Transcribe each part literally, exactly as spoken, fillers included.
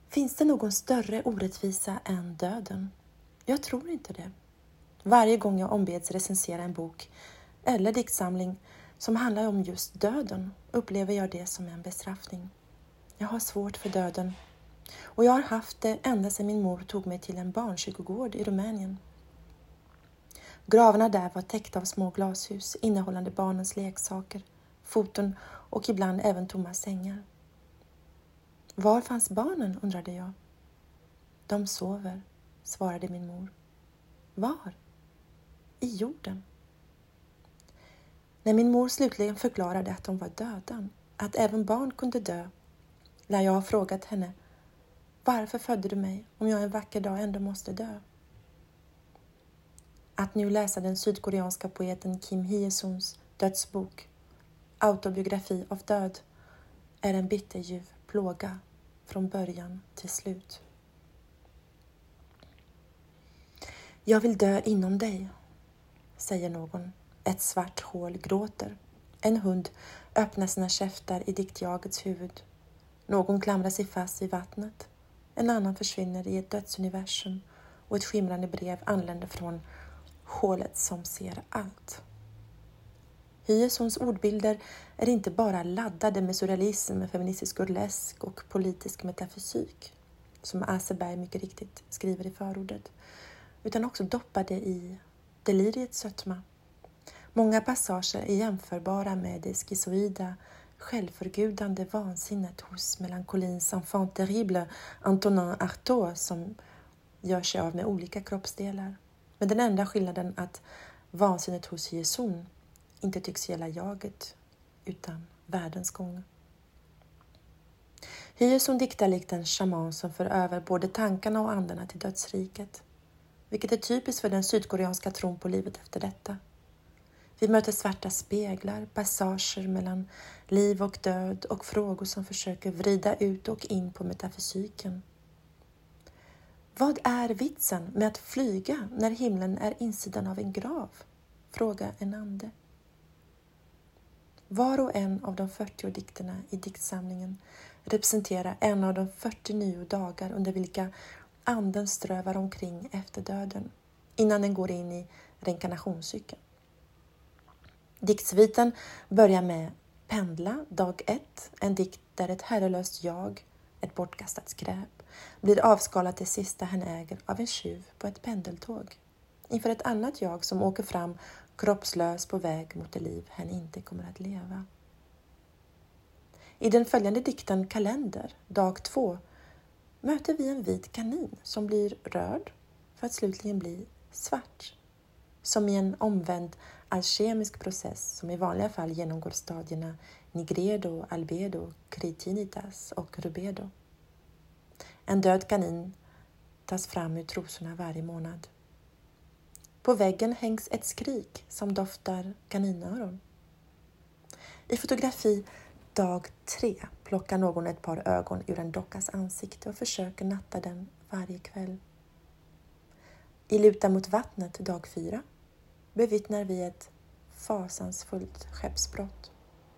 Finns det någon större orättvisa än döden? Jag tror inte det. Varje gång jag ombeds recensera en bok eller diktsamling som handlar om just döden upplever jag det som en bestraffning. Jag har svårt för döden och jag har haft det ända sedan min mor tog mig till en barnkyrkogård i Rumänien. Gravarna där var täckta av små glashus innehållande barnens leksaker, foton och ibland även tomma sängar. Var fanns barnen, undrade jag. De sover, svarade min mor. Var? I jorden. När min mor slutligen förklarade att de var döda, att även barn kunde dö, lär jag ha frågat henne, varför födde du mig om jag en vacker dag ändå måste dö? Att nu läsa den sydkoreanska poeten Kim Hye-suns dödsbok, Autobiografi av död, är en bitterljuv plåga från början till slut. Jag vill dö inom dig, säger någon. Ett svart hål gråter. En hund öppnar sina käftar i diktjagets huvud. Någon klamrar sig fast vid vattnet. En annan försvinner i ett dödsuniversum och ett skimrande brev anländer från hålet som ser allt. Hyesuns ordbilder är inte bara laddade med surrealism, feministisk burlesk och politisk metafysik, som Aseberg mycket riktigt skriver i förordet, utan också doppade i deliriets sötma. Många passager är jämförbara med det schizoida, självförgudande vansinnet hos melankolins enfant terrible Antonin Artaud som gör sig av med olika kroppsdelar. Men den enda skillnaden att vansinnet hos Hyesun inte tycks gälla jaget utan världens gång. Hyesun diktar likt en shaman som för över både tankarna och andarna till dödsriket, vilket är typiskt för den sydkoreanska tron på livet efter detta. Vi möter svarta speglar, passager mellan liv och död och frågor som försöker vrida ut och in på metafysiken. Vad är vitsen med att flyga när himlen är insidan av en grav? Frågar en ande. Var och en av de fyrtio dikterna i diktsamlingen representerar en av de fyrtionio dagar under vilka anden strövar omkring efter döden, innan den går in i reinkarnationscykeln. Diktsviten börjar med Pendla, dag ett, en dikt där ett herrelöst jag, ett bortkastat skräp, blir avskalat det sista hen äger av en tjuv på ett pendeltåg, inför ett annat jag som åker fram kroppslös på väg mot det liv hen inte kommer att leva. I den följande dikten Kalender, dag två, möter vi en vit kanin som blir röd för att slutligen bli svart, som i en omvänd alkemisk process som i vanliga fall genomgår stadierna nigredo, albedo, kritinitas och rubedo. En död kanin tas fram ur trosorna varje månad. På väggen hängs ett skrik som doftar kaninöron. I fotografi dag tre plockar någon ett par ögon ur en dockas ansikte och försöker natta den varje kväll. I Luta mot vattnet dag fyra bevittnar vi ett fasansfullt skeppsbrott.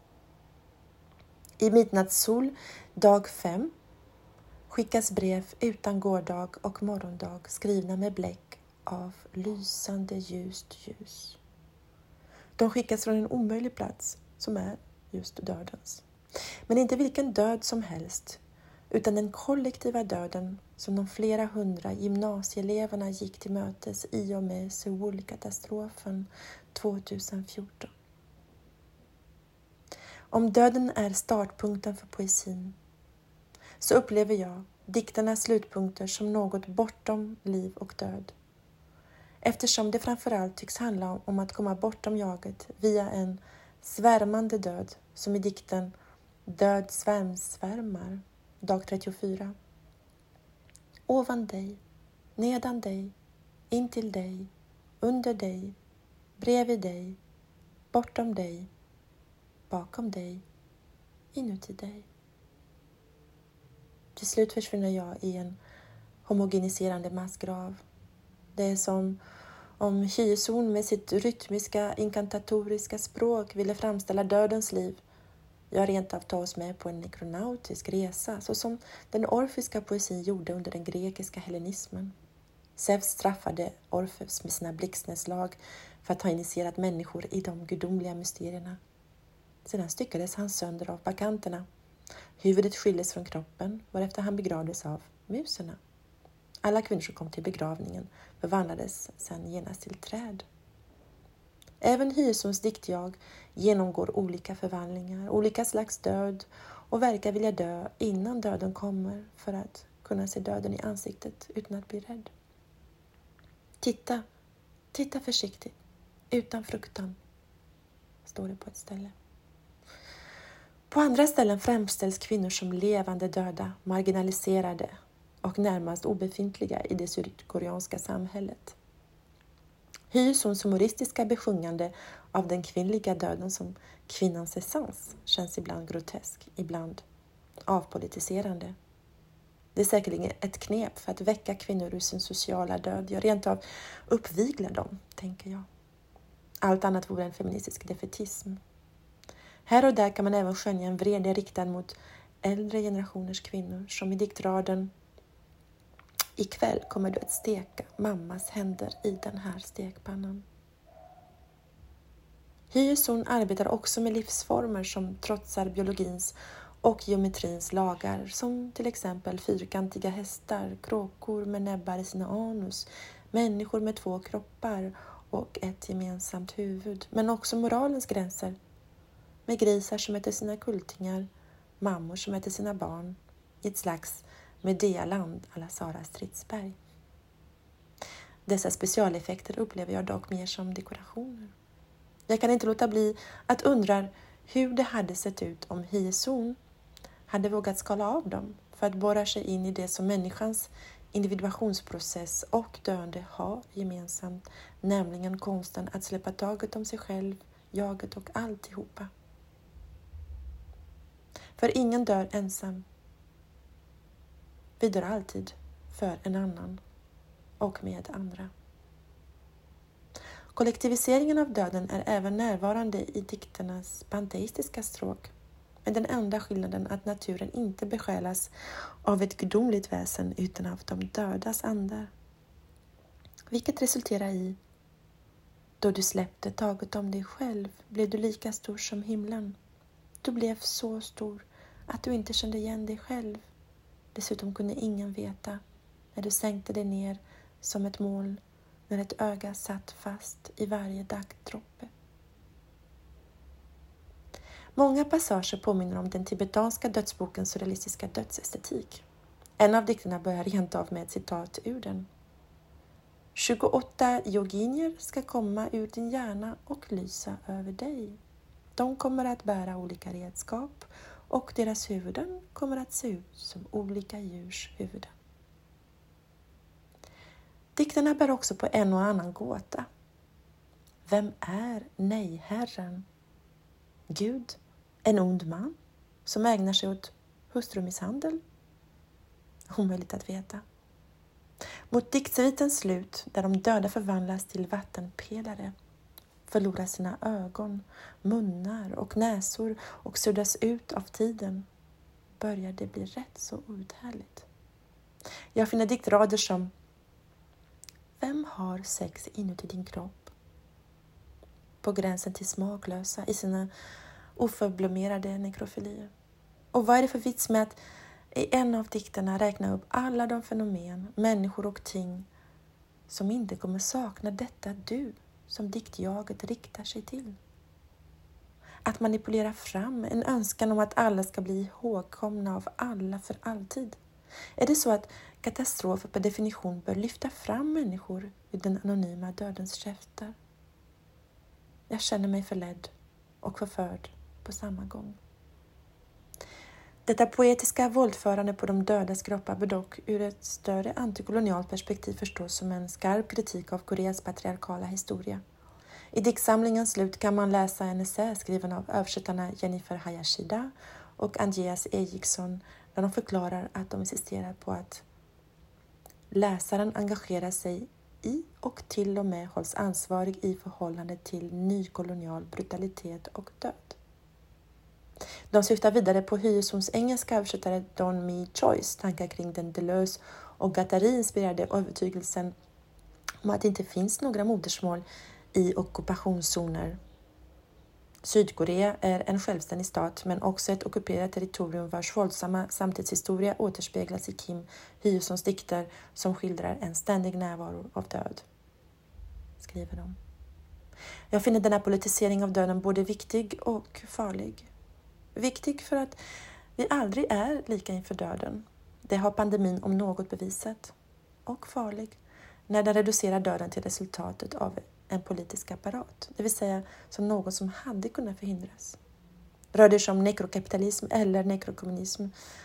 I Midnattssol dag fem skickas brev utan gårdag och morgondag skrivna med bläck av lysande ljust ljus. De skickas från en omöjlig plats som är just dödens. Men inte vilken död som helst, utan den kollektiva döden som de flera hundra gymnasieeleverna gick till mötes i och med Seoul-katastrofen tjugohundrafjorton. Om döden är startpunkten för poesin, så upplever jag dikternas slutpunkter som något bortom liv och död. Eftersom det framförallt tycks handla om att komma bortom jaget via en svärmande död, som i dikten Död svärmsvärmar, dag trettiofyra. Ovan dig, nedan dig, intill dig, under dig, bredvid dig, bortom dig, bakom dig, inuti dig. Till slut försvinner jag i en homogeniserande massgrav. Det är som om Hyesun med sitt rytmiska, inkantatoriska språk ville framställa dödens liv ja rent av ta oss med på en nekronautisk resa, så som den orfiska poesin gjorde under den grekiska hellenismen. Zeus straffade Orfeus med sina blixtnedslag för att ha initierat människor i de gudomliga mysterierna. Sedan styckades han sönder av bakanterna. Huvudet skildes från kroppen, varefter han begravdes av muserna. Alla kvinnor som kom till begravningen förvandlades sedan genast till träd. Även Hyesons diktjag genomgår olika förvandlingar, olika slags död och verkar vilja dö innan döden kommer för att kunna se döden i ansiktet utan att bli rädd. Titta, titta försiktigt, utan fruktan, står det på ett ställe. På andra ställen framställs kvinnor som levande döda, marginaliserade och närmast obefintliga i det sydkoreanska samhället. Hyesons humoristiska besjungande av den kvinnliga döden som kvinnans essens känns ibland grotesk, ibland avpolitiserande. Det är säkerligen ett knep för att väcka kvinnor ur sin sociala död, ja rent av uppvigla dem, tänker jag. Allt annat vore en feministisk defetism. Här och där kan man även skönja en vrede riktad mot äldre generationers kvinnor, som i diktraden "Ikväll kommer du att steka mammas händer i den här stekpannan". Hyeson arbetar också med livsformer som trotsar biologins och geometrins lagar, som till exempel fyrkantiga hästar, kråkor med näbbar i sina anus, människor med två kroppar och ett gemensamt huvud, men också moralens gränser, med grisar som äter sina kultingar, mammor som äter sina barn, i ett slags Medealand à la Sara Stridsberg. Dessa specialeffekter upplever jag dock mer som dekorationer. Jag kan inte låta bli att undra hur det hade sett ut om Hyeson hade vågat skala av dem för att borra sig in i det som människans individuationsprocess och döende har gemensamt, nämligen konsten att släppa taget om sig själv, jaget och alltihopa. För ingen dör ensam. Vi dör alltid för en annan och med andra. Kollektiviseringen av döden är även närvarande i dikternas panteistiska stråk, med den enda skillnaden att naturen inte besjälas av ett gudomligt väsen utan av de dödas andar. Vilket resulterar i: då du släppte taget om dig själv blev du lika stor som himlen. Du blev så stor att du inte kände igen dig själv. Dessutom kunde ingen veta när du sänkte dig ner som ett moln, när ett öga satt fast i varje daggdroppe. Många passager påminner om den tibetanska dödsbokens surrealistiska dödsestetik. En av dikterna börjar rent av med ett citat ur den. tjugoåtta yoginier ska komma ur din hjärna och lysa över dig. De kommer att bära olika redskap och deras huvuden kommer att se ut som olika djurs huvuden. Dikterna bär också på en och annan gåta. Vem är nej-herren? Gud, en ond man som ägnar sig åt hustrumisshandel? Omöjligt att veta. Mot diktsvitens slut, där de döda förvandlas till vattenpelare, förlorar sina ögon, munnar och näsor och suddas ut av tiden, börjar det bli rätt så outhärdligt. Jag finner diktrader som: vem har sex inuti din kropp? På gränsen till smaklösa i sina oförblommerade nekrofilier. Och vad är det för vits med att i en av dikterna räkna upp alla de fenomen, människor och ting som inte kommer sakna detta du som diktjaget riktar sig till? Att manipulera fram en önskan om att alla ska bli ihågkomna av alla för alltid. Är det så att katastrofer per definition bör lyfta fram människor ur den anonyma dödens käftar? Jag känner mig förledd och förförd på samma gång. Detta poetiska våldförande på de dödas kroppar bör dock ur ett större antikolonialt perspektiv förstås som en skarp kritik av Koreas patriarkala historia. I diktsamlingens slut kan man läsa en essä skriven av översättarna Jennifer Hayashida och Andreas Eriksson, där de förklarar att de insisterar på att läsaren engagerar sig i och till och med hålls ansvarig i förhållande till nykolonial brutalitet och död. De syftar vidare på Hyesons engelska översättare Don Me Choice tankar kring den Deleuze och Guattari-inspirerade övertygelsen om att det inte finns några modersmål i ockupationszoner. Sydkorea är en självständig stat men också ett ockuperat territorium vars våldsamma samtidshistoria återspeglas i Kim Hyesons dikter som skildrar en ständig närvaro av död, skriver de. Jag finner denna politisering av döden både viktig och farlig. Viktig för att vi aldrig är lika inför döden. Det har pandemin om något bevisat. Och farlig när den reducerar döden till resultatet av en politisk apparat, det vill säga som något som hade kunnat förhindras. Rör det sig om nekrokapitalism eller nekrokommunism,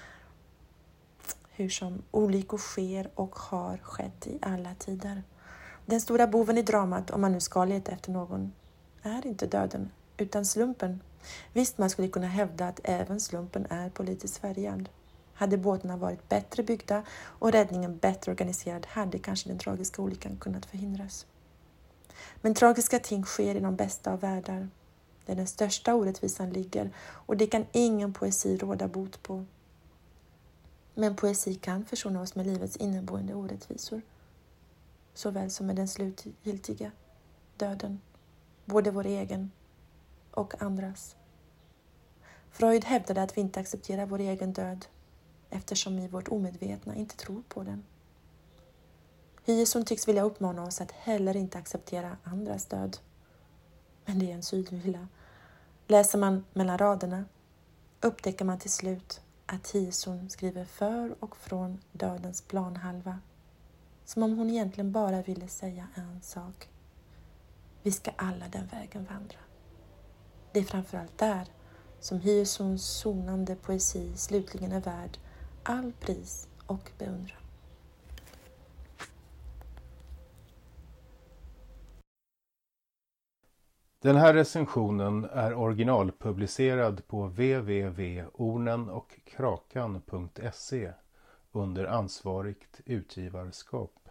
hur som olyckor sker och har skett i alla tider. Den stora boven i dramat, om man nu ska leta efter någon, är inte döden utan slumpen. Visst, man skulle kunna hävda att även slumpen är politiskt färgad. Hade båtarna varit bättre byggda och räddningen bättre organiserad hade kanske den tragiska olyckan kunnat förhindras. Men tragiska ting sker i de bästa av världar. Där den största orättvisan ligger och det kan ingen poesi råda bot på. Men poesi kan försona oss med livets inneboende orättvisor. Såväl som med den slutgiltiga döden. Både vår egen och andras. Freud hävdade att vi inte accepterar vår egen död eftersom vi i vårt omedvetna inte tror på den. Hyeson tycks vilja uppmana oss att heller inte acceptera andras död. Men det är en sydvilla. Läser man mellan raderna upptäcker man till slut att Hyeson skriver för och från dödens planhalva. Som om hon egentligen bara ville säga en sak. Vi ska alla den vägen vandra. Det är framförallt där som Hyesons sonande poesi slutligen är värd all pris och beundran. Den här recensionen är originalpublicerad på w w w punkt ornen och krakan punkt se under ansvarigt utgivarskap.